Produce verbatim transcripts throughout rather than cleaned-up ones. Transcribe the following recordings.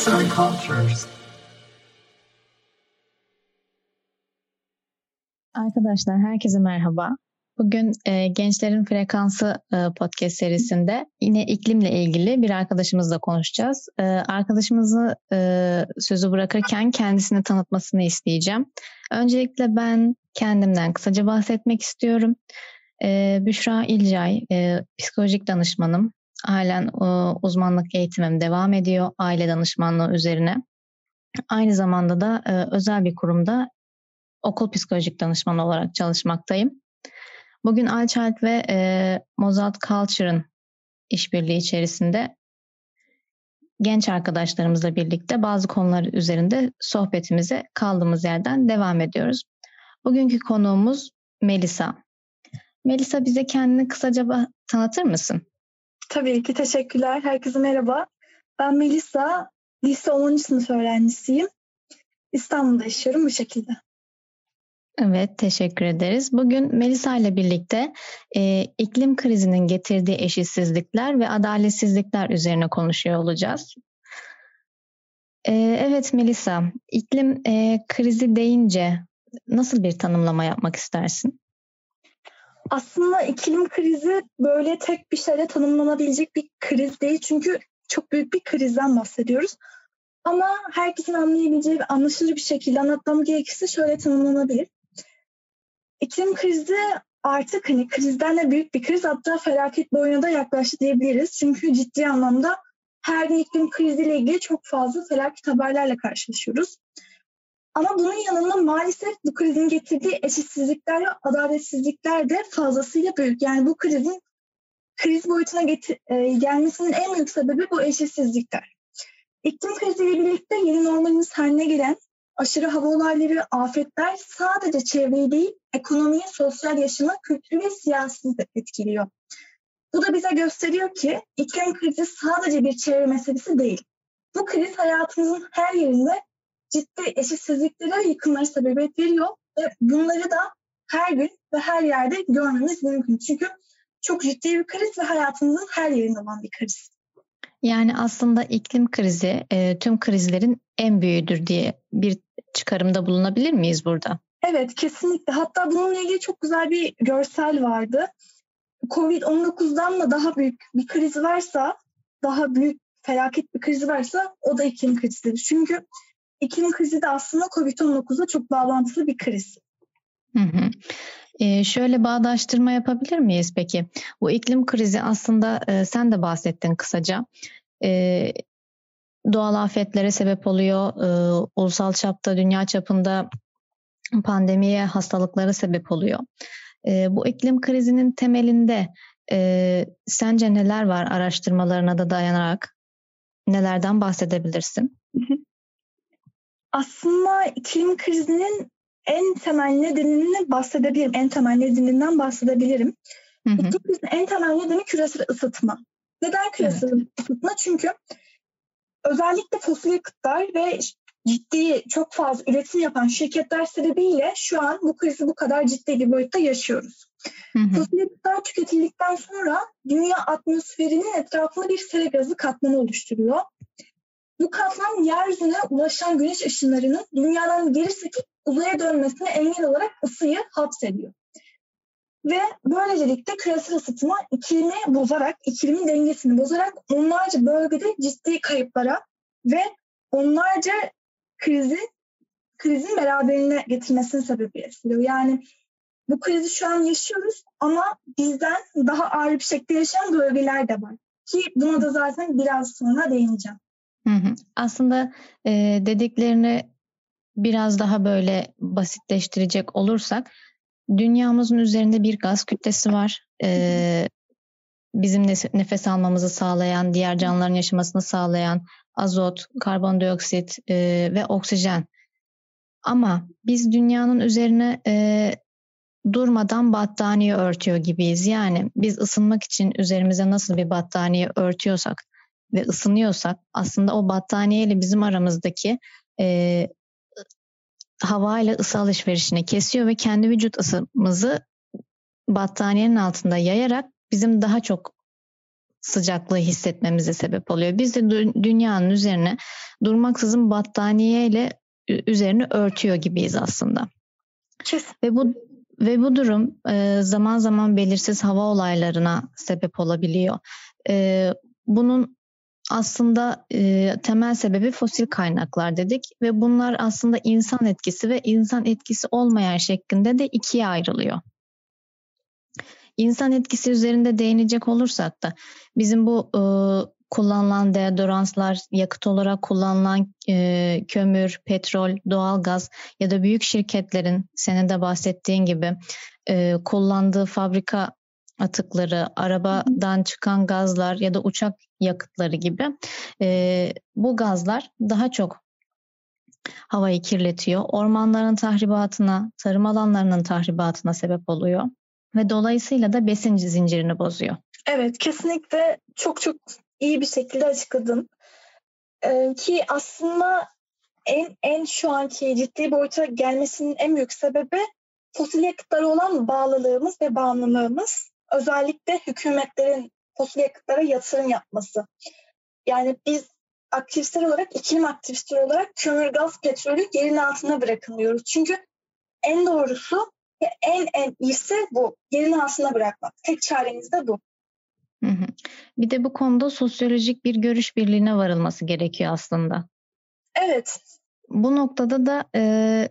Arts and Cultures. Arkadaşlar herkese merhaba. Bugün e, Gençlerin Frekansı e, podcast serisinde yine iklimle ilgili bir arkadaşımızla konuşacağız. E, arkadaşımızı e, sözü bırakırken kendisini tanıtmasını isteyeceğim. Öncelikle ben kendimden kısaca bahsetmek istiyorum. E, Büşra İlcay, e, psikolojik danışmanım. Halen e, uzmanlık eğitimim devam ediyor aile danışmanlığı üzerine. Aynı zamanda da e, özel bir kurumda okul psikolojik danışmanı olarak çalışmaktayım. Bugün Alchild ve e, Mozart Culture'ın işbirliği içerisinde genç arkadaşlarımızla birlikte bazı konular üzerinde sohbetimize kaldığımız yerden devam ediyoruz. Bugünkü konuğumuz Melisa. Melisa, bize kendini kısaca tanıtır mısın? Tabii ki, teşekkürler. Herkese merhaba. Ben Melisa, lise onuncu sınıf öğrencisiyim. İstanbul'da yaşıyorum bu şekilde. Evet, teşekkür ederiz. Bugün Melisa ile birlikte e, iklim krizinin getirdiği eşitsizlikler ve adaletsizlikler üzerine konuşuyor olacağız. E, evet Melisa, iklim e, krizi deyince nasıl bir tanımlama yapmak istersin? Aslında iklim krizi böyle tek bir şeyle tanımlanabilecek bir kriz değil. Çünkü çok büyük bir krizden bahsediyoruz. Ama herkesin anlayabileceği ve anlaşılır bir şekilde anlatmam gerekirse şöyle tanımlanabilir. İklim krizi artık hani krizden de büyük bir kriz, hatta felaket boyuna da yaklaştı diyebiliriz. Çünkü ciddi anlamda her gün iklim kriziyle ilgili çok fazla felaket haberlerle karşılaşıyoruz. Ama bunun yanında maalesef bu krizin getirdiği eşitsizlikler ve adaletsizlikler de fazlasıyla büyük. Yani bu krizin kriz boyutuna getir, e, gelmesinin en büyük sebebi bu eşitsizlikler. İklim kriziyle birlikte yeni normalimiz haline gelen aşırı hava olayları, afetler sadece çevreyi değil, ekonomiyi, sosyal yaşamı, kültürü ve siyaseti de etkiliyor. Bu da bize gösteriyor ki iklim krizi sadece bir çevre meselesi değil. Bu kriz hayatımızın her yerinde ciddi eşitsizliklere ve yıkımlara sebebiyet veriyor ve bunları da her gün ve her yerde görmemiz mümkün. Çünkü çok ciddi bir kriz ve hayatımızın her yerinde olan bir kriz. Yani aslında iklim krizi e, tüm krizlerin en büyüğüdür diye bir çıkarımda bulunabilir miyiz burada? Evet, kesinlikle. Hatta bununla ilgili çok güzel bir görsel vardı. kovid on dokuzdan da daha büyük bir kriz varsa, daha büyük felaket bir kriz varsa o da iklim krizidir. Çünkü iklim krizi de aslında kovid on dokuzla çok bağlantılı bir kriz. Hı hı. Ee, şöyle bağdaştırma yapabilir miyiz peki? Bu iklim krizi aslında e, sen de bahsettin kısaca. E, doğal afetlere sebep oluyor. E, ulusal çapta, dünya çapında pandemiye, hastalıklara sebep oluyor. E, bu iklim krizinin temelinde e, sence neler var, araştırmalarına da dayanarak nelerden bahsedebilirsin? Aslında iklim krizinin en temel nedenini bahsedebilirim. En temel nedeninden bahsedebilirim. Hı hı. İklim krizinin en temel nedeni küresel ısıtma. Neden küresel evet. ısıtma? Çünkü özellikle fosil yakıtlar ve ciddi çok fazla üretim yapan şirketler sebebiyle şu an bu krizi bu kadar ciddi bir boyutta yaşıyoruz. Hı hı. Fosil yakıtlar tüketildikten sonra dünya atmosferinin etrafında bir sera gazı katmanı oluşturuyor. Bu katman yeryüzüne ulaşan güneş ışınlarının dünyadan geri sekip uzaya dönmesine engel olarak ısıyı hapsediyor. Ve böylelikle küresel ısıtma iklimi bozarak, iklimin dengesini bozarak onlarca bölgede ciddi kayıplara ve onlarca krizi, krizin beraberine getirmesine sebebiyet veriyor. Yani bu krizi şu an yaşıyoruz ama bizden daha ağır bir şekilde yaşayan bölgeler de var. Ki buna da zaten biraz sonra değineceğim. Hı hı. Aslında e, dediklerini biraz daha böyle basitleştirecek olursak, dünyamızın üzerinde bir gaz kütlesi var. E, bizim nefes almamızı sağlayan, diğer canlıların yaşamasını sağlayan azot, karbondioksit e, ve oksijen. Ama biz dünyanın üzerine e, durmadan battaniye örtüyor gibiyiz. Yani biz ısınmak için üzerimize nasıl bir battaniye örtüyorsak ve ısınıyorsak, aslında o battaniyeyle bizim aramızdaki e, havayla ısı alışverişini kesiyor ve kendi vücut ısımızı battaniyenin altında yayarak bizim daha çok sıcaklığı hissetmemize sebep oluyor. Biz de dü- dünyanın üzerine durmaksızın battaniyeyle üzerini örtüyor gibiyiz aslında. Kesin. Ve bu ve bu durum e, zaman zaman belirsiz hava olaylarına sebep olabiliyor. E, bunun aslında e, temel sebebi fosil kaynaklar dedik ve bunlar aslında insan etkisi ve insan etkisi olmayan şeklinde de ikiye ayrılıyor. İnsan etkisi üzerinde değinecek olursak da bizim bu e, kullanılan deodoranslar, yakıt olarak kullanılan e, kömür, petrol, doğalgaz ya da büyük şirketlerin senin de bahsettiğin gibi e, kullandığı fabrika atıkları, arabadan çıkan gazlar ya da uçak yakıtları gibi e, bu gazlar daha çok havayı kirletiyor. Ormanların tahribatına, tarım alanlarının tahribatına sebep oluyor ve dolayısıyla da besin zincirini bozuyor. Evet, kesinlikle çok çok iyi bir şekilde açıkladın. Ee, ki aslında en en şu anki ciddi boyuta gelmesinin en büyük sebebi fosil yakıtlara olan bağlılığımız ve bağımlılığımız. Özellikle hükümetlerin fosil yakıtlara yatırım yapması. Yani biz aktivistler olarak, iklim aktivistleri olarak kömür, gaz, petrolü yerin altına bırakılıyoruz. Çünkü en doğrusu ve en en iyisi bu. Yerin altına bırakmak. Tek çaremiz de bu. Hı hı. Bir de bu konuda sosyolojik bir görüş birliğine varılması gerekiyor aslında. Evet. Bu noktada da e,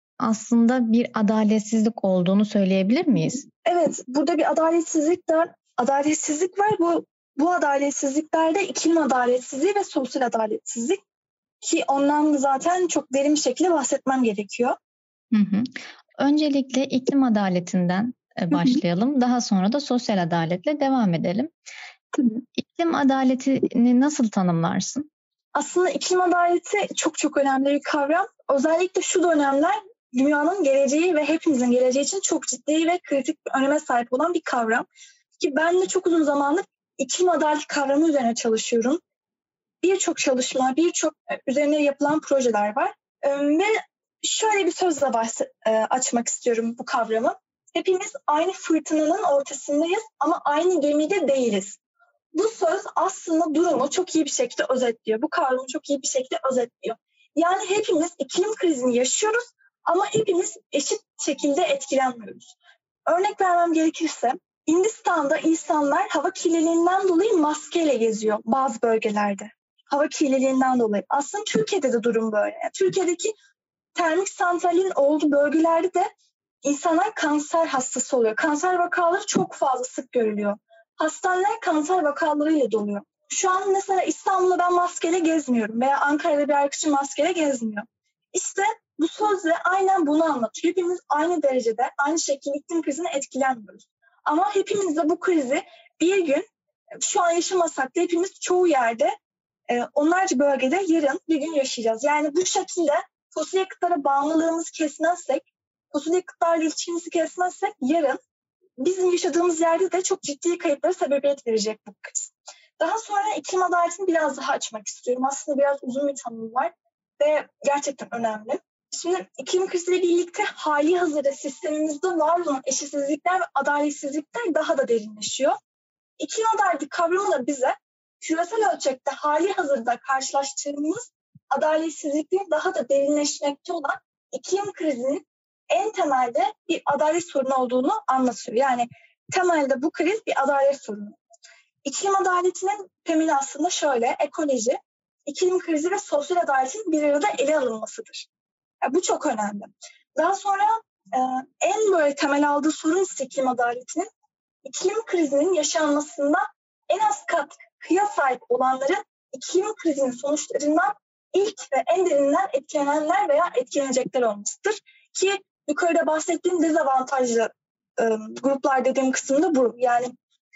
aslında bir adaletsizlik olduğunu söyleyebilir miyiz? Evet, burada bir adaletsizlik var. Adaletsizlik var. Bu bu adaletsizliklerde iklim adaletsizliği ve sosyal adaletsizlik ki ondan da zaten çok derin bir şekilde bahsetmem gerekiyor. Hı hı. Öncelikle iklim adaletinden başlayalım. Daha sonra da sosyal adaletle devam edelim. Hı hı. İklim adaletini nasıl tanımlarsın? Aslında iklim adaleti çok çok önemli bir kavram. Özellikle şu dönemler dünyanın geleceği ve hepimizin geleceği için çok ciddi ve kritik bir öneme sahip olan bir kavram. Ki ben de çok uzun zamandır iklim adaleti kavramı üzerine çalışıyorum. Birçok çalışma, birçok üzerine yapılan projeler var. Ve şöyle bir sözle bahs- açmak istiyorum bu kavramı. Hepimiz aynı fırtınanın ortasındayız ama aynı gemide değiliz. Bu söz aslında durumu çok iyi bir şekilde özetliyor. Bu kavramı çok iyi bir şekilde özetliyor. Yani hepimiz iklim krizini yaşıyoruz ama hepimiz eşit şekilde etkilenmiyoruz. Örnek vermem gerekirse Hindistan'da insanlar hava kirliliğinden dolayı maskeyle geziyor bazı bölgelerde. Hava kirliliğinden dolayı. Aslında Türkiye'de de durum böyle. Yani Türkiye'deki termik santralin olduğu bölgelerde de insanlar kanser hastası oluyor. Kanser vakaları çok fazla sık görülüyor. Hastaneler kanser vakalarıyla doluyor. Şu an mesela İstanbul'da ben maskeyle gezmiyorum veya Ankara'da bir arkadaşım maskeyle gezmiyor. İşte bu sözle aynen bunu anlatıyor. Hepimiz aynı derecede, aynı şekilde iklim krizine etkilenmiyoruz. Ama hepimiz de bu krizi bir gün, şu an yaşamasak da hepimiz çoğu yerde, onlarca bölgede yarın bir gün yaşayacağız. Yani bu şekilde fosil yakıtlara bağımlılığımızı kesmezsek, fosil yakıtlarla ilişkimizi kesmezsek yarın bizim yaşadığımız yerde de çok ciddi kayıplara sebebiyet verecek bu kriz. Daha sonra iklim adaletini biraz daha açmak istiyorum. Aslında biraz uzun bir tanım var ve gerçekten önemli. Şimdi iklim kriziyle birlikte hali hazırda sistemimizde var olan eşitsizlikler ve adaletsizlikler daha da derinleşiyor. İklim adaleti kavramı da bize küresel ölçekte hali hazırda karşılaştığımız adaletsizliklerin daha da derinleşmekte olan iklim krizinin en temelde bir adalet sorunu olduğunu anlatıyor. Yani temelde bu kriz bir adalet sorunu. İklim adaletinin temeli aslında şöyle: ekoloji, iklim krizi ve sosyal adaletin bir arada ele alınmasıdır. Yani bu çok önemli. Daha sonra e, en böyle temel aldığı sorun ise iklim adaletinin iklim krizinin yaşanmasında en az katkıya sahip olanların iklim krizinin sonuçlarından ilk ve en derinden etkilenenler veya etkilenecekler olmasıdır. Ki yukarıda bahsettiğim dezavantajlı e, gruplar dediğim kısımda bu. Yani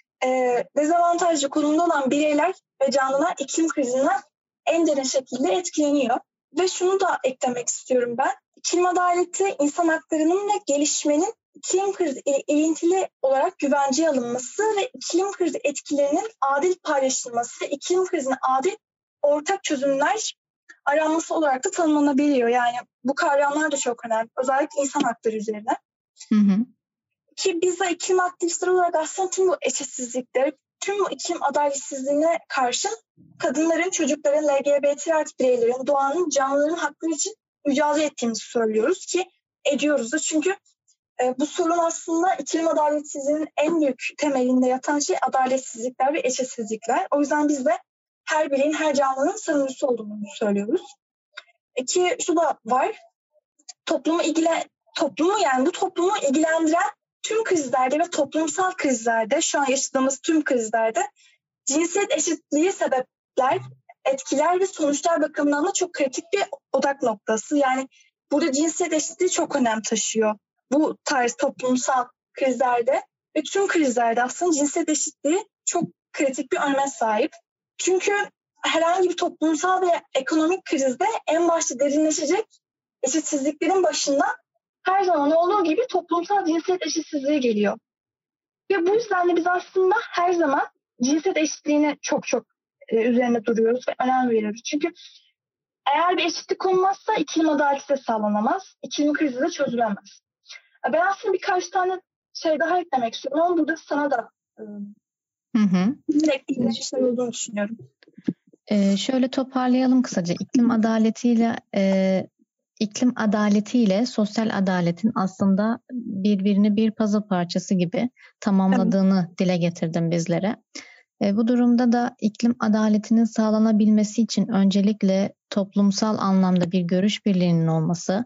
e, dezavantajlı konumda olan bireyler ve canlılar iklim krizinden en derin şekilde etkileniyor. Ve şunu da eklemek istiyorum ben. İklim adaleti, insan haklarının ve gelişmenin iklim krizi ile ilintili olarak güvenceye alınması ve iklim krizi etkilerinin adil paylaşılması ve iklim krizine adil ortak çözümler aranması olarak da tanımlanabiliyor. Yani bu kavramlar da çok önemli. Özellikle insan hakları üzerine. Hı hı. Ki biz de iklim aktivistleri olarak aslında tüm bu eşitsizlikleri, tüm iklim adaletsizliğine karşı kadınların, çocukların, L G B T artı bireylerin, doğanın, canlıların hakları için mücadele ettiğimizi söylüyoruz ki ediyoruz da. Çünkü e, bu sorun aslında iklim adaletsizliğinin en büyük temelinde yatan şey adaletsizlikler ve eşitsizlikler. O yüzden biz de her bireyin, her canlının savunucusu olduğunu söylüyoruz. E, ki şu da var, toplumu ilgilen, toplumu yani bu toplumu ilgilendiren tüm krizlerde ve toplumsal krizlerde, şu an yaşadığımız tüm krizlerde cinsiyet eşitliği sebepler, etkiler ve sonuçlar bakımından da çok kritik bir odak noktası. Yani burada cinsiyet eşitliği çok önem taşıyor. Bu tarz toplumsal krizlerde ve tüm krizlerde aslında cinsiyet eşitliği çok kritik bir öneme sahip. Çünkü herhangi bir toplumsal ve ekonomik krizde en başta derinleşecek eşitsizliklerin başında her zaman olduğu gibi toplumsal cinsiyet eşitsizliği geliyor. Ve bu yüzden de biz aslında her zaman cinsiyet eşitliğine çok çok e, üzerine duruyoruz ve önem veriyoruz. Çünkü eğer bir eşitlik olmazsa iklim adaleti de sağlanamaz, iklim krizi de çözülemez. Ben aslında birkaç tane şey daha eklemek istiyorum ama burada sana da e, hı hı. ekleyecek şeyler olduğunu düşünüyorum. Ee, şöyle toparlayalım kısaca. İklim adaletiyle e, iklim adaletiyle sosyal adaletin aslında birbirini bir puzzle parçası gibi tamamladığını evet. dile getirdim bizlere. E, bu durumda da iklim adaletinin sağlanabilmesi için öncelikle toplumsal anlamda bir görüş birliğinin olması,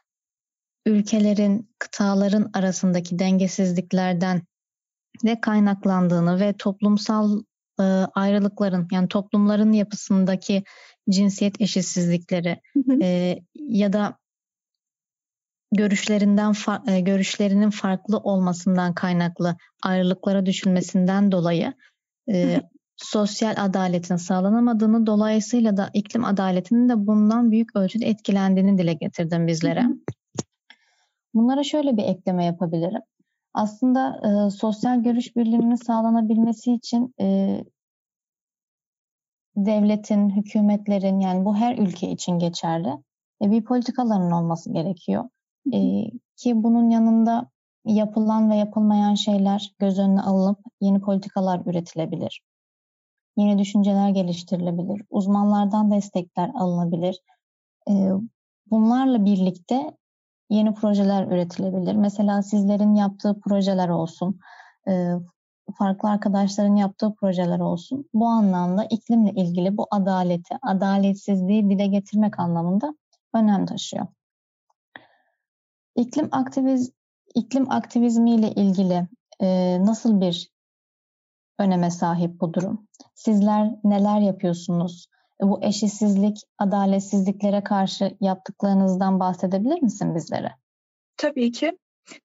ülkelerin, kıtaların arasındaki dengesizliklerden de kaynaklandığını ve toplumsal e, ayrılıkların, yani toplumların yapısındaki cinsiyet eşitsizlikleri hı hı. E, ya da görüşlerinden fa- e, görüşlerinin farklı olmasından kaynaklı ayrılıklara düşülmesinden dolayı e, sosyal adaletin sağlanamadığını, dolayısıyla da iklim adaletinin de bundan büyük ölçüde etkilendiğini dile getirdim bizlere. Hı hı. Bunlara şöyle bir ekleme yapabilirim. Aslında e, sosyal görüş birliğinin sağlanabilmesi için e, devletin, hükümetlerin, yani bu her ülke için geçerli e, bir politikaların olması gerekiyor. E, ki bunun yanında yapılan ve yapılmayan şeyler göz önüne alınıp yeni politikalar üretilebilir. Yeni düşünceler geliştirilebilir. Uzmanlardan destekler alınabilir. E, bunlarla birlikte yeni projeler üretilebilir. Mesela sizlerin yaptığı projeler olsun, farklı arkadaşların yaptığı projeler olsun. Bu anlamda iklimle ilgili bu adaleti, adaletsizliği dile getirmek anlamında önem taşıyor. İklim aktiviz, iklim aktivizmiyle ilgili nasıl bir öneme sahip bu durum? Sizler neler yapıyorsunuz? Bu eşitsizlik, adaletsizliklere karşı yaptıklarınızdan bahsedebilir misin bizlere? Tabii ki.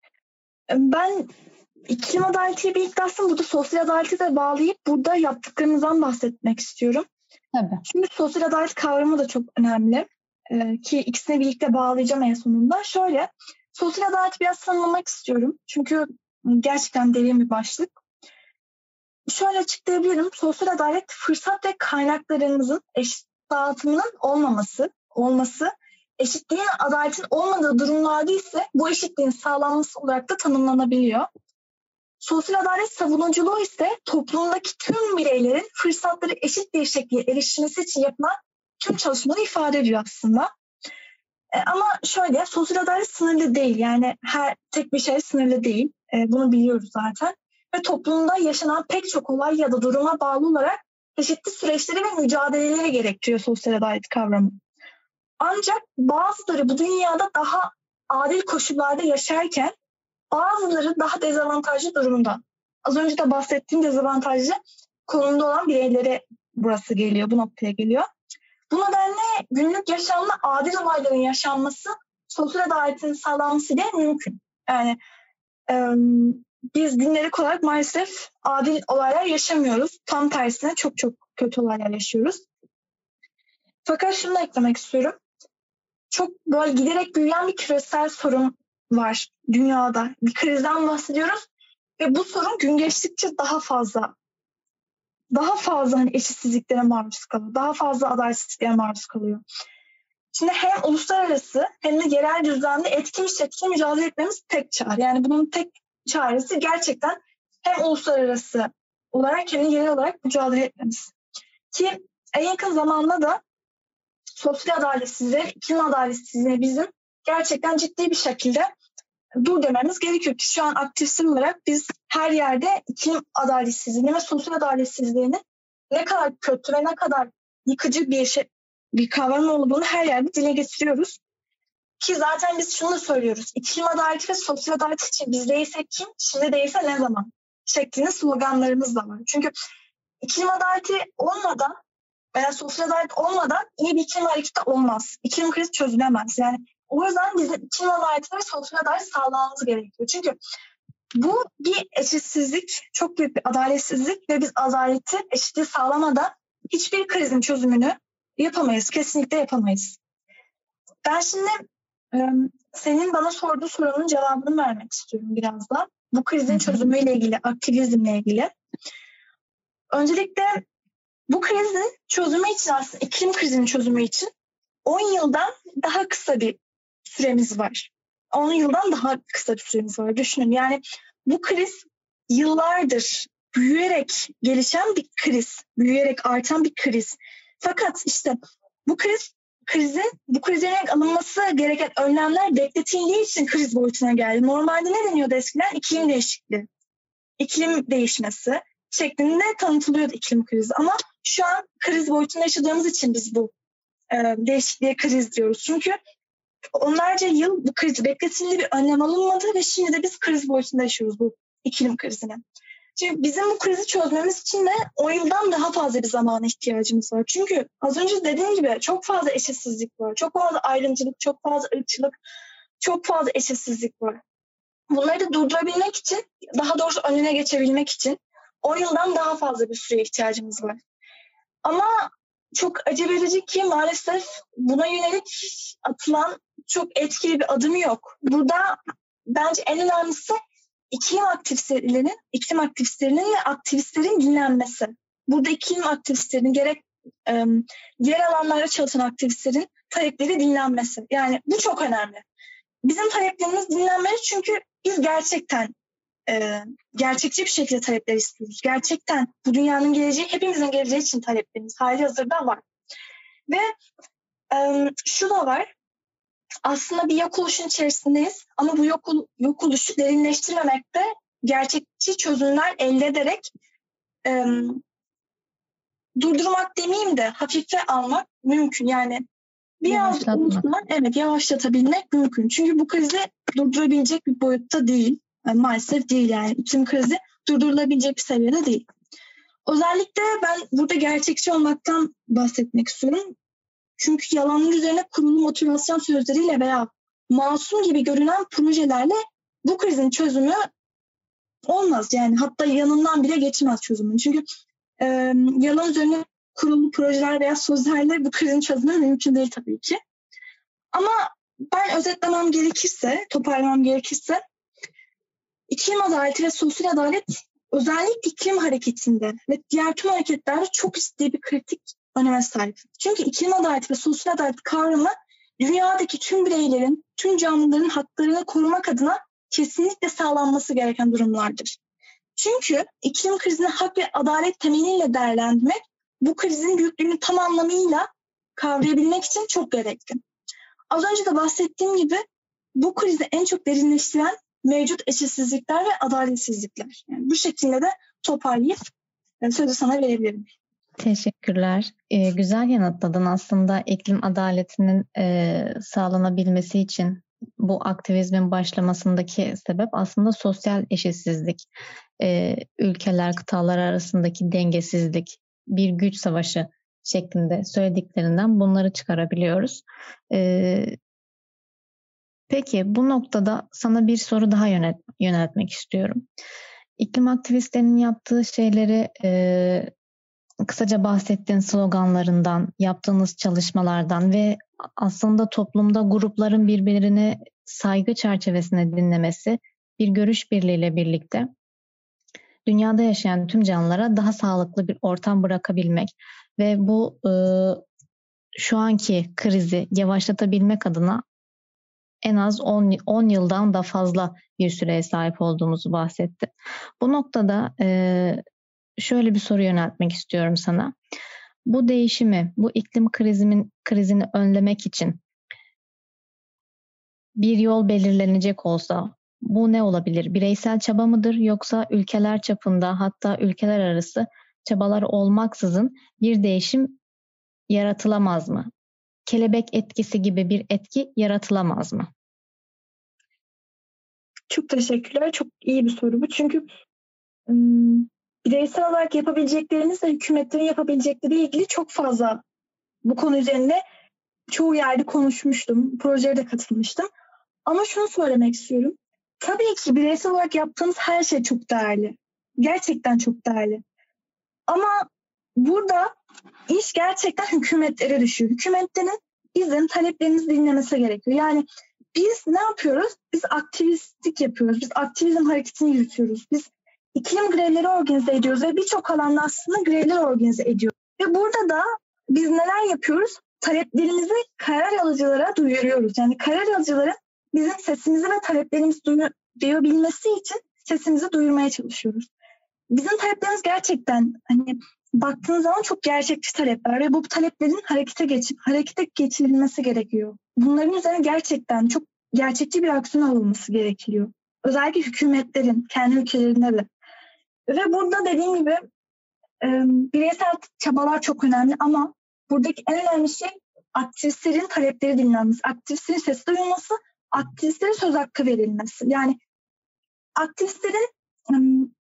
Ben iklim adaletiyle birlikte aslında burada sosyal adaleti de bağlayıp burada yaptıklarımızdan bahsetmek istiyorum. Tabii. Çünkü sosyal adalet kavramı da çok önemli. Ee, ki ikisini birlikte bağlayacağım en sonunda. Şöyle, sosyal adaleti biraz tanımlamak istiyorum. Çünkü gerçekten derin bir başlık. Şöyle açıklayabilirim. Sosyal adalet fırsat ve kaynaklarımızın eşit dağıtımının olmaması, olması, eşitliğin adaletin olmadığı durumlarda ise bu eşitliğin sağlanması olarak da tanımlanabiliyor. Sosyal adalet savunuculuğu ise toplumdaki tüm bireylerin fırsatları eşit bir şekilde erişmesi için yapılan tüm çalışmaları ifade ediyor aslında. E, ama şöyle, sosyal adalet sınırlı değil. Yani her tek bir şey sınırlı değil. E, bunu biliyoruz zaten. Ve toplumda yaşanan pek çok olay ya da duruma bağlı olarak çeşitli süreçleri ve mücadeleleri gerektiriyor sosyal adalet kavramı. Ancak bazıları bu dünyada daha adil koşullarda yaşarken bazıları daha dezavantajlı durumda. Az önce de bahsettiğim dezavantajlı konumda olan bireylere burası geliyor, bu noktaya geliyor. Bu nedenle günlük yaşamda adil olayların yaşanması sosyal adaletin sağlanması ile mümkün. Yani e, biz gündelik olarak maalesef adil olaylar yaşamıyoruz. Tam tersine çok çok kötü olaylar yaşıyoruz. Fakat şunu da eklemek istiyorum. Çok böyle giderek büyüyen bir küresel sorun var dünyada. Bir krizden bahsediyoruz ve bu sorun gün geçtikçe daha fazla daha fazla hani eşitsizliklere maruz kalıyor. Daha fazla adaletsizliklere maruz kalıyor. Şimdi hem uluslararası hem de yerel düzlemde etkin bir şekilde mücadele etmemiz tek çare. Yani bunun tek çaresi gerçekten hem uluslararası olarak kendi yerel olarak mücadele etmemiz. Ki en yakın zamanda da sosyal adaletsizliğe, iklim adaletsizliğine bizim gerçekten ciddi bir şekilde dur dememiz gerekiyor ki şu an aktivistler olarak biz her yerde iklim adaletsizliğini ve sosyal adaletsizliğini ne kadar kötü ve ne kadar yıkıcı bir şey, bir kavram olduğunu her yerde dile getiriyoruz. Ki zaten biz şunu da söylüyoruz. İklim adaleti ve sosyal adalet için biz değilsek kim, şimdi değilse ne zaman şeklinde sloganlarımız da var. Çünkü iklim adaleti olmadan veya sosyal adalet olmadan iyi bir iklim hareketi olmaz. İklim krizi çözülemez. Yani o yüzden bizim iklim adaleti ve sosyal adalet sağlamamız gerekiyor. Çünkü bu bir eşitsizlik, çok büyük bir adaletsizlik ve biz adaleti, eşitliği sağlamadan hiçbir krizin çözümünü yapamayız. Kesinlikle yapamayız. Ben şimdi e, senin bana sorduğu sorunun cevabını vermek istiyorum biraz da. Bu krizin çözümüyle ilgili, aktivizmle ilgili. Öncelikle bu krizin çözümü için aslında iklim krizinin çözümü için on yıldan daha kısa bir süremiz var. on yıldan daha kısa bir süremiz var. Düşünün yani bu kriz yıllardır büyüyerek gelişen bir kriz. Büyüyerek artan bir kriz. Fakat işte bu kriz krizin, bu krizin alınması gereken önlemler bekletildiği için kriz boyutuna geldi. Normalde ne deniyordu eskiden? İklim değişikliği. İklim değişmesi şeklinde tanıtılıyordu iklim krizi. Ama şu an kriz boyutunda yaşadığımız için biz bu e, değişikliğe kriz diyoruz. Çünkü onlarca yıl bu kriz bekletildi, bir önlem alınmadı ve şimdi de biz kriz boyutunda yaşıyoruz bu iklim krizine. Şimdi bizim bu krizi çözmemiz için de on yıldan daha fazla bir zamana ihtiyacımız var. Çünkü az önce dediğim gibi çok fazla eşitsizlik var. Çok fazla ayrımcılık, çok fazla ırkçılık, çok fazla eşitsizlik var. Bunları da durdurabilmek için, daha doğrusu önüne geçebilmek için on yıldan daha fazla bir süreye ihtiyacımız var. Ama çok acı verici ki maalesef buna yönelik atılan çok etkili bir adım yok. Burada bence en önemlisi iklim aktivistlerinin, iklim aktivistlerinin ve aktivistlerin dinlenmesi. Burada iklim aktivistlerinin gerek e, diğer alanlarda çalışan aktivistlerin talepleri dinlenmesi. Yani bu çok önemli. Bizim taleplerimiz dinlenmeli çünkü biz gerçekten e, gerçekçi bir şekilde talepler istiyoruz. Gerçekten bu dünyanın geleceği, hepimizin geleceği için taleplerimiz hali hazırda var. Ve e, şu da var. Aslında bir yok oluşun içerisindeyiz ama bu yok, yok oluşu derinleştirmemekte gerçekçi çözümler elde ederek e, durdurmak demeyeyim de hafife almak mümkün. Yani biraz olursa evet yavaşlatabilmek mümkün. Çünkü bu krizi durdurabilecek bir boyutta değil. Yani maalesef değil yani. İklim krizi durdurulabilecek bir seviyede değil. Özellikle ben burada gerçekçi olmaktan bahsetmek istiyorum. Çünkü yalanlar üzerine kurulu motivasyon sözleriyle veya masum gibi görünen projelerle bu krizin çözümü olmaz. Yani hatta yanından bile geçmez çözümün. Çünkü e, yalan üzerine kurulu projeler veya sözlerle bu krizin çözümü mümkün değil tabii ki. Ama ben özetlemem gerekirse, toparlamam gerekirse iklim adaleti ve sosyal adalet özellikle iklim hareketinde ve diğer tüm hareketlerde çok ciddi bir kritik öneme sahip. Çünkü iklim adaleti ve sosyal adalet kavramı dünyadaki tüm bireylerin, tüm canlıların haklarını korumak adına kesinlikle sağlanması gereken durumlardır. Çünkü iklim krizini hak ve adalet temeliyle değerlendirmek bu krizin büyüklüğünü tam anlamıyla kavrayabilmek için çok gerekli. Az önce de bahsettiğim gibi bu krizi en çok derinleştiren mevcut eşitsizlikler ve adaletsizlikler. Yani bu şekilde de toparlayıp sözü sana verebilirim. Teşekkürler. Ee, güzel yanıtladın. Aslında iklim adaletinin e, sağlanabilmesi için bu aktivizmin başlamasındaki sebep aslında sosyal eşitsizlik, e, ülkeler, kıtalar arasındaki dengesizlik, bir güç savaşı şeklinde söylediklerinden bunları çıkarabiliyoruz. E, peki bu noktada sana bir soru daha yönet, yöneltmek istiyorum. İklim aktivistlerinin yaptığı şeyleri e, kısaca bahsettiğin sloganlarından, yaptığınız çalışmalardan ve aslında toplumda grupların birbirine saygı çerçevesinde dinlemesi, bir görüş birliğiyle birlikte dünyada yaşayan tüm canlılara daha sağlıklı bir ortam bırakabilmek ve bu e, şu anki krizi yavaşlatabilmek adına en az on yıldan da fazla bir süreye sahip olduğumuzu bahsetti. Bu noktada e, şöyle bir soru yöneltmek istiyorum sana. Bu değişimi, bu iklim krizinin krizini önlemek için bir yol belirlenecek olsa bu ne olabilir? Bireysel çaba mıdır yoksa ülkeler çapında hatta ülkeler arası çabalar olmaksızın bir değişim yaratılamaz mı? Kelebek etkisi gibi bir etki yaratılamaz mı? Çok teşekkürler. Çok iyi bir soru bu. Çünkü ım, bireysel olarak yapabileceklerinizle hükümetlerin yapabilecekleriyle ilgili çok fazla bu konu üzerinde çoğu yerde konuşmuştum. Projeye de katılmıştım. Ama şunu söylemek istiyorum. Tabii ki bireysel olarak yaptığınız her şey çok değerli. Gerçekten çok değerli. Ama burada iş gerçekten hükümetlere düşüyor. Hükümetlerin bizim taleplerimizi dinlemesi gerekiyor. Yani biz ne yapıyoruz? Biz aktivistlik yapıyoruz. Biz aktivizm hareketini yürütüyoruz. Biz iklim grevleri organize ediyoruz ve birçok alanda aslında grevler organize ediyoruz. Ve burada da biz neler yapıyoruz? Taleplerimizi karar alıcılara duyuruyoruz. Yani karar alıcıların bizim sesimizi ve taleplerimizi duyu- duyabilmesi için sesimizi duyurmaya çalışıyoruz. Bizim taleplerimiz gerçekten hani baktığınız zaman çok gerçekçi talepler ve bu taleplerin harekete geçip harekete geçirilmesi gerekiyor. Bunların üzerine gerçekten çok gerçekçi bir aksiyon alınması gerekiyor. Özellikle hükümetlerin kendi ülkelerinde de. Ve burada dediğim gibi e, bireysel çabalar çok önemli ama buradaki en önemli şey aktivistlerin talepleri dinlenmesi, aktivistlerin sesi duyulması, aktivistlere söz hakkı verilmesi. Yani aktivistlerin e,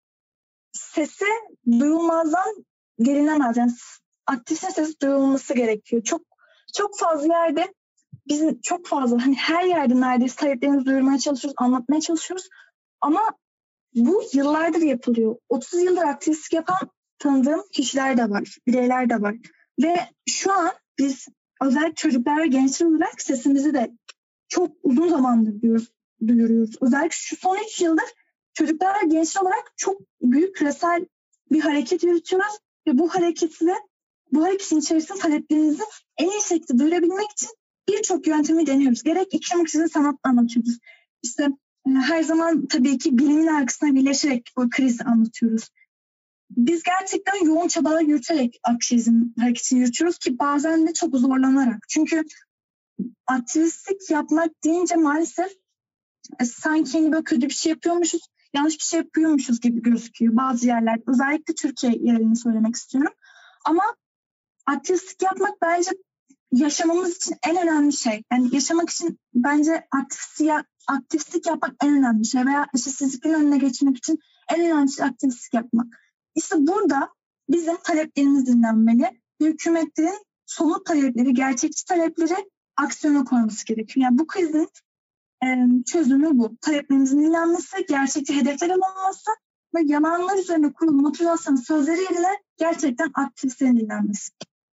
sesi duyulmazdan gelinemez. Yani aktivistlerin sesi duyulması gerekiyor. Çok çok fazla yerde bizim çok fazla hani her yerde neredeyse taleplerimizi duyurmaya çalışıyoruz, anlatmaya çalışıyoruz. Ama bu yıllardır yapılıyor. otuz yıldır aktivistlik yapan tanıdığım kişiler de var, bireyler de var. Ve şu an biz özellikle çocuklar ve gençler olarak sesimizi de çok uzun zamandır duyuyoruz. duyuruyoruz. Özellikle şu son üç yıldır çocuklar ve gençler olarak çok büyük küresel bir hareket yürütüyoruz. Ve bu hareketle, bu hareketin içerisinde taleplerimizi en iyi şekilde duyurabilmek için birçok yöntemi deniyoruz. Gerek iklim krizini sanatla anlatıyoruz. İşte her zaman tabii ki bilimin arkasına birleşerek bu krizi anlatıyoruz. Biz gerçekten yoğun çabalar yürüterek aktivizm hareketini yürütüyoruz ki bazen de çok zorlanarak. Çünkü aktivistlik yapmak deyince maalesef e, sanki hani böyle kötü bir şey yapıyormuşuz, yanlış bir şey yapıyormuşuz gibi gözüküyor bazı yerlerde. Özellikle Türkiye yerelini söylemek istiyorum. Ama aktivistlik yapmak bence yaşamamız için en önemli şey. Yani yaşamak için bence aktivistlik, aktivistlik yapmak en önemli şey veya eşitsizliklerin önüne geçmek için en önemli şey aktivistlik yapmak. İşte burada bizim taleplerimiz dinlenmeli. Hükümetlerin somut talepleri, gerçekçi talepleri aksiyona koyması gerekiyor. Yani bu krizin e, çözümü bu. Taleplerimizin dinlenmesi, gerçekçi hedefler alınması ve yalanlar üzerine kurulu motivasyon sözleri yerine gerçekten aktivistlerin dinlenmesi.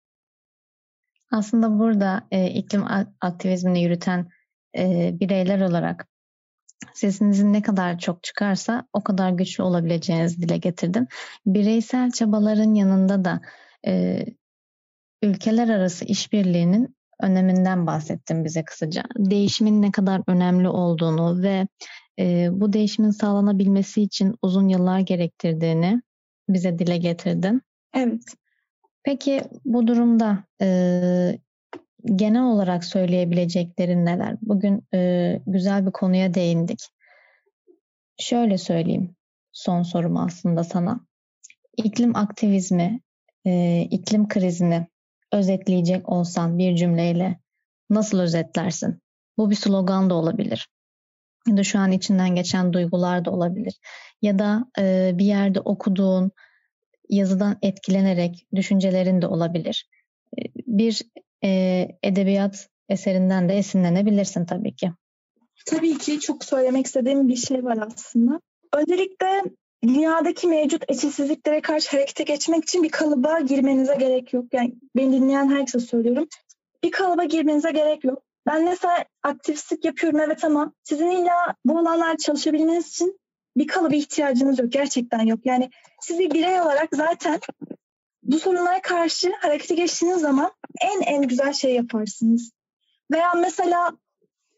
Aslında burada e, iklim aktivizmini yürüten e, bireyler olarak sesinizin ne kadar çok çıkarsa o kadar güçlü olabileceğinizi dile getirdin. Bireysel çabaların yanında da e, ülkeler arası işbirliğinin öneminden bahsettim bize kısaca. Değişimin ne kadar önemli olduğunu ve e, bu değişimin sağlanabilmesi için uzun yıllar gerektirdiğini bize dile getirdin. Evet. Peki bu durumda e, genel olarak söyleyebileceklerin neler? Bugün e, güzel bir konuya değindik. Şöyle söyleyeyim son sorum aslında sana. İklim aktivizmi, e, iklim krizini özetleyecek olsan bir cümleyle nasıl özetlersin? Bu bir slogan da olabilir. Ya da şu an içinden geçen duygular da olabilir. Ya da e, bir yerde okuduğun yazıdan etkilenerek düşüncelerin de olabilir. E, bir e, edebiyat eserinden de esinlenebilirsin tabii ki. Tabii ki çok söylemek istediğim bir şey var aslında. Öncelikle dünyadaki mevcut eşitsizliklere karşı harekete geçmek için bir kalıba girmenize gerek yok. Yani beni dinleyen herkese söylüyorum. Bir kalıba girmenize gerek yok. Ben mesela aktivistlik yapıyorum evet ama sizin illa bu alanlarda çalışabilmeniz için bir kalıba ihtiyacınız yok. Gerçekten yok. Yani siz bir birey olarak zaten bu sorunlara karşı harekete geçtiğiniz zaman en en güzel şey yaparsınız. Veya mesela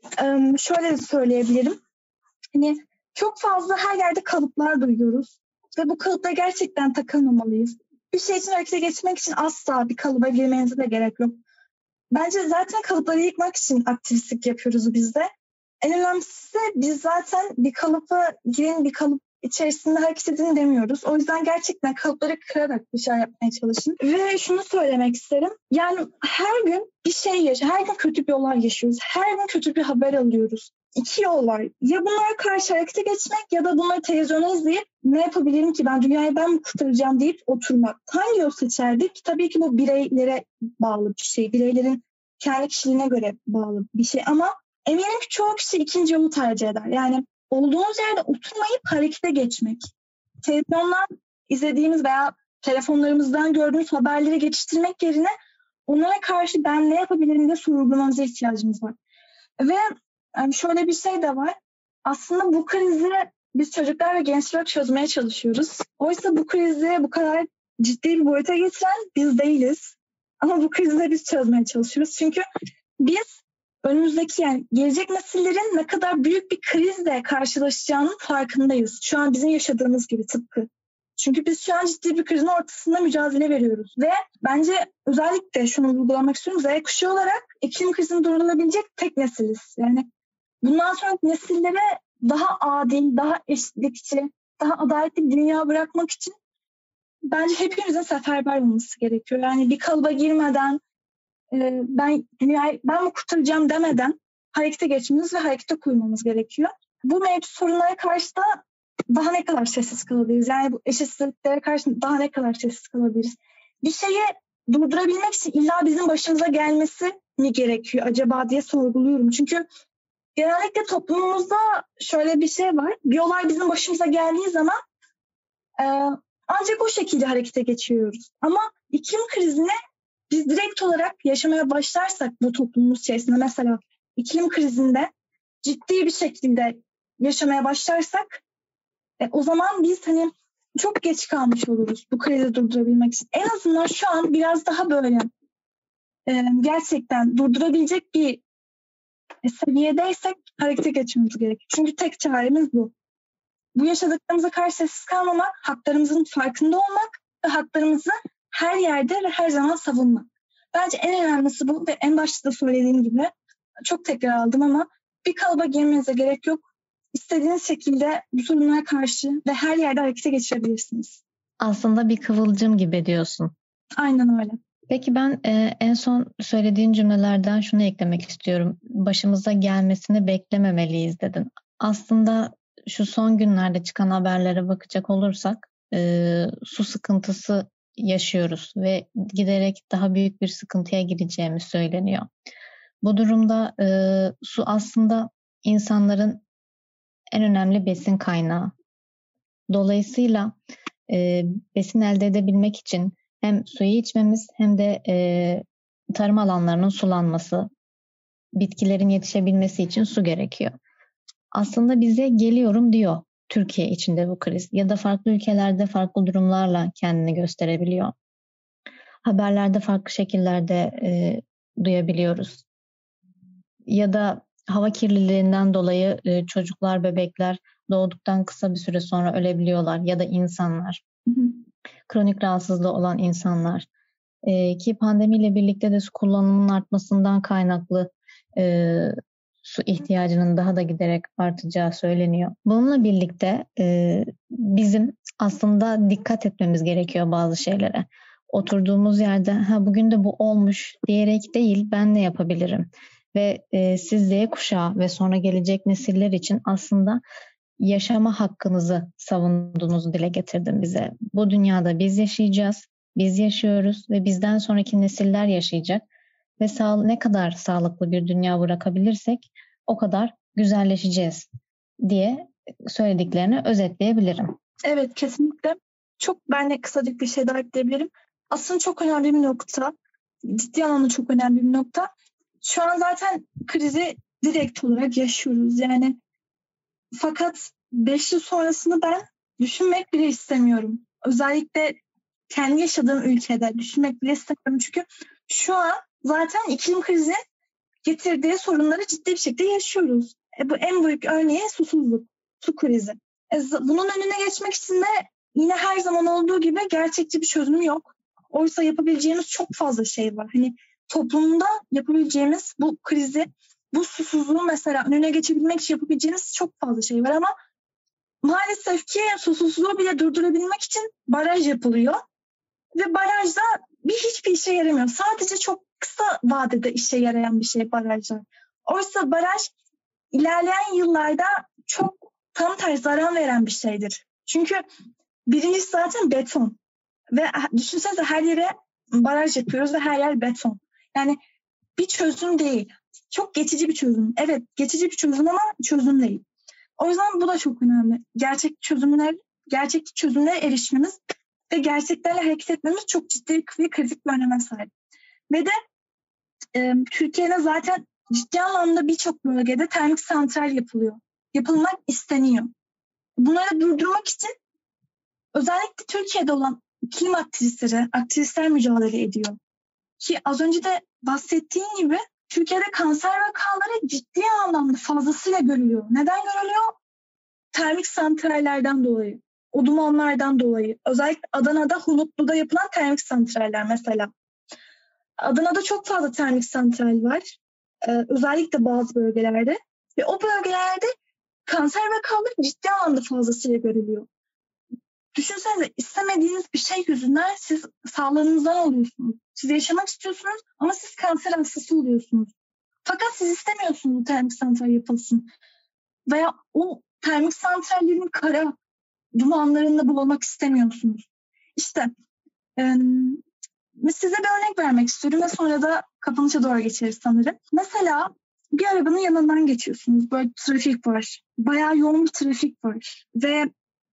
şöyle de söyleyebilirim. Hani çok fazla her yerde kalıplar duyuyoruz. ve bu kalıplara gerçekten takılmamalıyız. Bir şey için harekete geçmek için asla bir kalıba girmenize de gerek yok. Bence zaten kalıpları yıkmak için aktivistlik yapıyoruz biz de. En önemlisi biz zaten bir kalıba girin, bir kalıp içerisinde hareket edin demiyoruz. O yüzden gerçekten kalıpları kırarak bir şey yapmaya çalışın. Ve şunu söylemek isterim. Yani her gün bir şey yaşıyoruz. Her gün kötü bir olay yaşıyoruz. Her gün kötü bir haber alıyoruz. İki yol var. Ya bunlara karşı harekete geçmek ya da bunları televizyona izleyip ne yapabilirim ki ben dünyayı ben mi kurtaracağım deyip oturmak. Hangi yol seçerdik? Tabii ki bu bireylere bağlı bir şey. Bireylerin kendi kişiliğine göre bağlı bir şey ama eminim ki çoğu kişi ikinci yolu tercih eder. Yani olduğunuz yerde oturmayıp harekete geçmek. Televizyondan izlediğimiz veya telefonlarımızdan gördüğümüz haberleri geçiştirmek yerine onlara karşı ben ne yapabilirim diye sorgulamamıza ihtiyacımız var. Ve yani şöyle bir şey de var. Aslında bu krizi biz çocuklar ve gençler çözmeye çalışıyoruz. Oysa bu krizi bu kadar ciddi bir boyuta getiren biz değiliz. Ama bu krizi de biz çözmeye çalışıyoruz. Çünkü biz önümüzdeki yani gelecek nesillerin ne kadar büyük bir krizle karşılaşacağının farkındayız. Şu an bizim yaşadığımız gibi tıpkı. Çünkü biz şu an ciddi bir krizin ortasında mücadele veriyoruz. Ve bence özellikle şunu vurgulamak istiyorum. Z kuşağı olarak iklim krizini durdurulabilecek tek nesiliz. Yani bundan sonraki nesillere daha adil, daha eşitlikçi, daha adaletli bir dünya bırakmak için bence hepimizin seferber olması gerekiyor. Yani bir kalıba girmeden, e, ben dünyayı ben mi kurtaracağım demeden harekete geçmemiz ve harekete koymamız gerekiyor. Bu mevcut sorunlara karşı da daha ne kadar sessiz kalabiliriz? Yani bu eşitsizliklere karşı daha ne kadar sessiz kalabiliriz? Bir şeyi durdurabilmek için illa bizim başımıza gelmesi mi gerekiyor acaba diye sorguluyorum. Çünkü genellikle toplumumuzda şöyle bir şey var. Bir olay bizim başımıza geldiği zaman e, ancak o şekilde harekete geçiyoruz. Ama iklim krizine biz direkt olarak yaşamaya başlarsak bu toplumumuz içerisinde mesela iklim krizinde ciddi bir şekilde yaşamaya başlarsak e, o zaman biz hani çok geç kalmış oluruz bu krizi durdurabilmek için. En azından şu an biraz daha böyle e, gerçekten durdurabilecek bir e, seviyedeysek harekete geçmemiz gerekiyor. Çünkü tek çaremiz bu. Bu yaşadıklarımıza karşı sessiz kalmamak, haklarımızın farkında olmak ve haklarımızı her yerde ve her zaman savunmak. Bence en önemlisi bu ve en başta da söylediğim gibi çok tekrar aldım ama bir kalıba girmenize gerek yok. İstediğiniz şekilde bu sorunlara karşı ve her yerde harekete geçirebilirsiniz. Aslında bir kıvılcım gibi diyorsun. Aynen öyle. Peki ben e, en son söylediğin cümlelerden şunu eklemek istiyorum. Başımıza gelmesini beklememeliyiz dedin. Aslında şu son günlerde çıkan haberlere bakacak olursak e, su sıkıntısı yaşıyoruz ve giderek daha büyük bir sıkıntıya gireceğimiz söyleniyor. Bu durumda e, su aslında insanların en önemli besin kaynağı. Dolayısıyla e, besin elde edebilmek için hem suyu içmemiz hem de e, tarım alanlarının sulanması, bitkilerin yetişebilmesi için su gerekiyor. Aslında bize geliyorum diyor Türkiye içinde bu kriz ya da farklı ülkelerde farklı durumlarla kendini gösterebiliyor. Haberlerde farklı şekillerde e, duyabiliyoruz. Ya da hava kirliliğinden dolayı e, çocuklar, bebekler doğduktan kısa bir süre sonra ölebiliyorlar ya da insanlar. Hı hı. Kronik rahatsızlığı olan insanlar. E, ki pandemiyle birlikte de su kullanımının artmasından kaynaklı e, su ihtiyacının daha da giderek artacağı söyleniyor. Bununla birlikte e, bizim aslında dikkat etmemiz gerekiyor bazı şeylere. Oturduğumuz yerde ha bugün de bu olmuş diyerek değil ben ne yapabilirim? Ve e, siz Z kuşağı ve sonra gelecek nesiller için aslında yaşama hakkınızı savunduğunuzu dile getirdim bize. Bu dünyada biz yaşayacağız, biz yaşıyoruz ve bizden sonraki nesiller yaşayacak. Ve sağ, ne kadar sağlıklı bir dünya bırakabilirsek o kadar güzelleşeceğiz diye söylediklerini özetleyebilirim. Evet, kesinlikle. Çok ben de kısacık bir şey daha ekleyebilirim. Aslında çok önemli bir nokta. Ciddi anlamda çok önemli bir nokta. Şu an zaten krizi direkt olarak yaşıyoruz. Yani fakat beş yıl sonrasını ben düşünmek bile istemiyorum. Özellikle kendi yaşadığım ülkede düşünmek bile istemiyorum. Çünkü şu an zaten iklim krizi getirdiği sorunları ciddi bir şekilde yaşıyoruz. E bu en büyük örneği susuzluk, su krizi. E bunun önüne geçmek için de yine her zaman olduğu gibi gerçekçi bir çözüm yok. Oysa yapabileceğimiz çok fazla şey var. Hani toplumda yapabileceğimiz bu krizi, bu susuzluğu mesela önüne geçebilmek için yapabileceğimiz çok fazla şey var ama maalesef ki susuzluğu bile durdurabilmek için baraj yapılıyor. Ve barajda bir hiçbir işe yaramıyor. Sadece çok kısa vadede işe yarayan bir şey barajlar. Oysa baraj ilerleyen yıllarda çok tam tersi zarar veren bir şeydir. Çünkü birincisi zaten beton. Ve düşünsenize her yere baraj yapıyoruz ve her yer beton. Yani bir çözüm değil. Çok geçici bir çözüm. Evet, geçici bir çözüm ama çözüm değil. O yüzden bu da çok önemli. Gerçek çözümler, gerçek çözümlere erişmemiz ve gerçeklerle hareket etmemiz çok ciddi ve kritik bir öneme sahip. Ve de e, Türkiye'de zaten ciddi anlamda birçok bölgede termik santral yapılıyor. Yapılmak isteniyor. Bunları durdurmak için özellikle Türkiye'de olan iklim aktivistleri, aktivistler mücadele ediyor. Ki az önce de bahsettiğim gibi Türkiye'de kanser vakaları ciddi anlamda fazlasıyla görülüyor. Neden görülüyor? Termik santrallerden dolayı, o dumanlardan dolayı. Özellikle Adana'da, Hulutlu'da yapılan termik santraller mesela. Adana'da çok fazla termik santral var. Ee, özellikle bazı bölgelerde. Ve o bölgelerde kanser vakaları ciddi anlamda fazlasıyla görülüyor. Düşünsenize istemediğiniz bir şey yüzünden siz sağlığınızdan oluyorsunuz. Siz yaşamak istiyorsunuz ama siz kanser hastası oluyorsunuz. Fakat siz istemiyorsunuz bu termik santral yapılsın. Veya o termik santrallerin kara dumanlarında boğulmak istemiyorsunuz. İşte e, size bir örnek vermek istiyorum ve sonra da kapanışa doğru geçeriz sanırım. Mesela bir arabanın yanından geçiyorsunuz. Böyle trafik var. Bayağı yoğun bir trafik var. Ve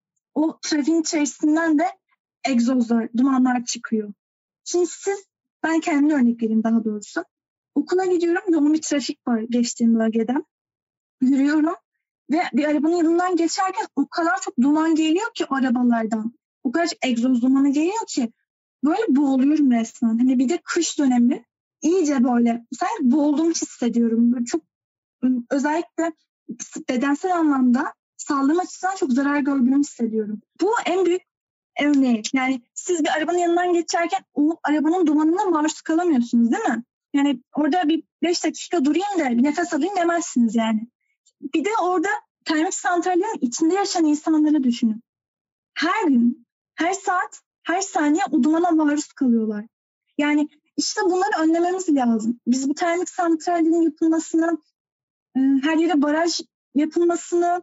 o trafiğin içerisinden de egzozlar, dumanlar çıkıyor. Şimdi siz, ben kendi örnek vereyim daha doğrusu. Okula gidiyorum, yoğun bir trafik var geçtiğim bölgeden. Yürüyorum ve bir arabanın yanından geçerken o kadar çok duman geliyor ki arabalardan. O kadar çok egzoz dumanı geliyor ki böyle boğuluyorum resmen. Hani bir de kış dönemi iyice böyle sanki boğulduğumu hissediyorum. Böyle çok özellikle bedensel anlamda sağlığım açısından çok zarar gördüğümü hissediyorum. Bu en büyük örneği. Yani siz bir arabanın yanından geçerken o arabanın dumanına maruz kalamıyorsunuz değil mi? Yani orada bir beş dakika durayım da bir nefes alayım demezsiniz yani. Bir de orada termik santrallerin içinde yaşayan insanları düşünün. Her gün, her saat, her saniye o dumana maruz kalıyorlar. Yani işte bunları önlememiz lazım. Biz bu termik santrallerin yapılmasını, her yere baraj yapılmasını,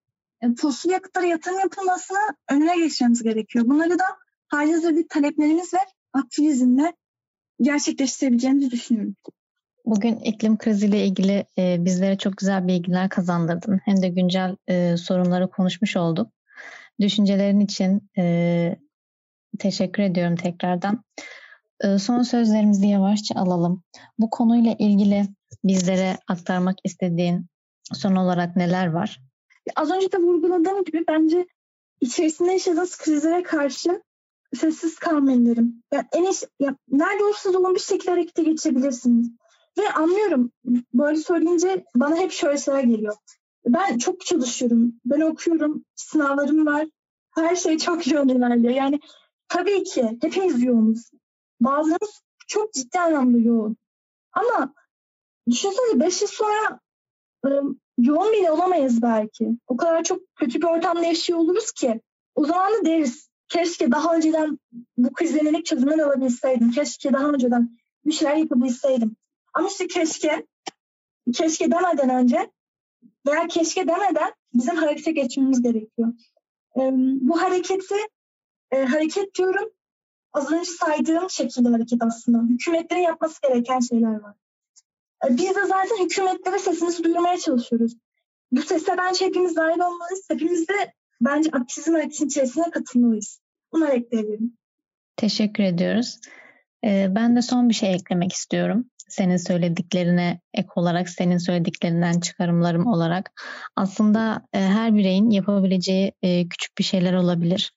fosil yakıtlara yatırım yapılmasını önüne geçmemiz gerekiyor. Bunları da halihazırda taleplerimiz ve aktivizmle gerçekleştirebileceğimizi düşünüyorum. Bugün iklim kriziyle ilgili e, bizlere çok güzel bilgiler kazandırdın. Hem de güncel e, sorunları konuşmuş olduk. Düşüncelerin için e, teşekkür ediyorum tekrardan. E, son sözlerimizi yavaşça alalım. Bu konuyla ilgili bizlere aktarmak istediğin son olarak neler var? Az önce de vurguladığım gibi bence içerisinde yaşadığınız krizlere karşı sessiz kalmayın derim. Yani en eş, ya, nerede olursanız olun bir şekilde harekete geçebilirsiniz. Ve anlıyorum, böyle söyleyince bana hep şöyle şeyler geliyor. Ben çok çalışıyorum, ben okuyorum, sınavlarım var. Her şey çok yoğun ilerliyor. Yani tabii ki hepimiz yoğunuz. Bazılarımız çok ciddi anlamda yoğun. Ama düşünsenize beş yıl sonra ıı, yoğun bile olamayız belki. O kadar çok kötü bir ortamda yaşıyor oluruz ki. O zaman da deriz. Keşke daha önceden bu krizlerin çözümler alabilseydim. Keşke daha önceden bir şeyler yapabilseydim. Ama işte keşke, keşke demeden önce veya keşke demeden bizim harekete geçmemiz gerekiyor. Ee, bu hareketi, e, hareket diyorum, az önce saydığım şekilde hareket aslında. Hükümetlerin yapması gereken şeyler var. Ee, biz de zaten hükümetlere sesimizi duyurmaya çalışıyoruz. Bu sese bence hepimiz dahil olmalıyız. Hepimiz de bence aktivizm hareketinin içerisine katılmalıyız. Bunu ekleyebilirim. Teşekkür ediyoruz. Ee, ben de son bir şey eklemek istiyorum. Senin söylediklerine ek olarak, senin söylediklerinden çıkarımlarım olarak. Aslında e, her bireyin yapabileceği e, küçük bir şeyler olabilir.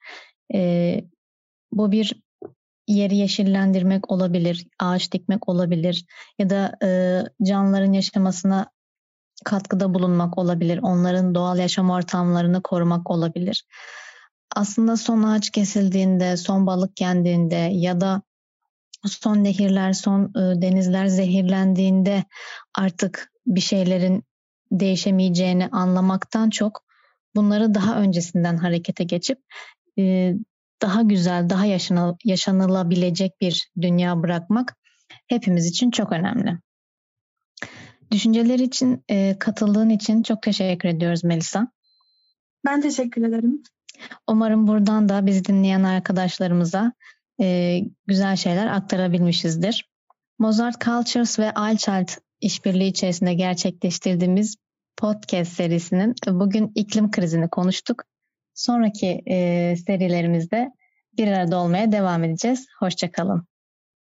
E, bu bir yeri yeşillendirmek olabilir, ağaç dikmek olabilir ya da e, canlıların yaşamasına katkıda bulunmak olabilir. Onların doğal yaşam ortamlarını korumak olabilir. aslında son ağaç kesildiğinde, son balık yendiğinde ya da son nehirler, son e, denizler zehirlendiğinde artık bir şeylerin değişemeyeceğini anlamaktan çok bunları daha öncesinden harekete geçip e, daha güzel, daha yaşanıl- yaşanılabilecek bir dünya bırakmak hepimiz için çok önemli. Düşünceler için, e, katıldığın için çok teşekkür ediyoruz Melisa. Ben teşekkür ederim. Umarım buradan da bizi dinleyen arkadaşlarımıza e, güzel şeyler aktarabilmişizdir. Mozart Cultures ve iChild işbirliği içerisinde gerçekleştirdiğimiz podcast serisinin bugün iklim krizini konuştuk. Sonraki e, serilerimizde bir arada olmaya devam edeceğiz. Hoşça kalın.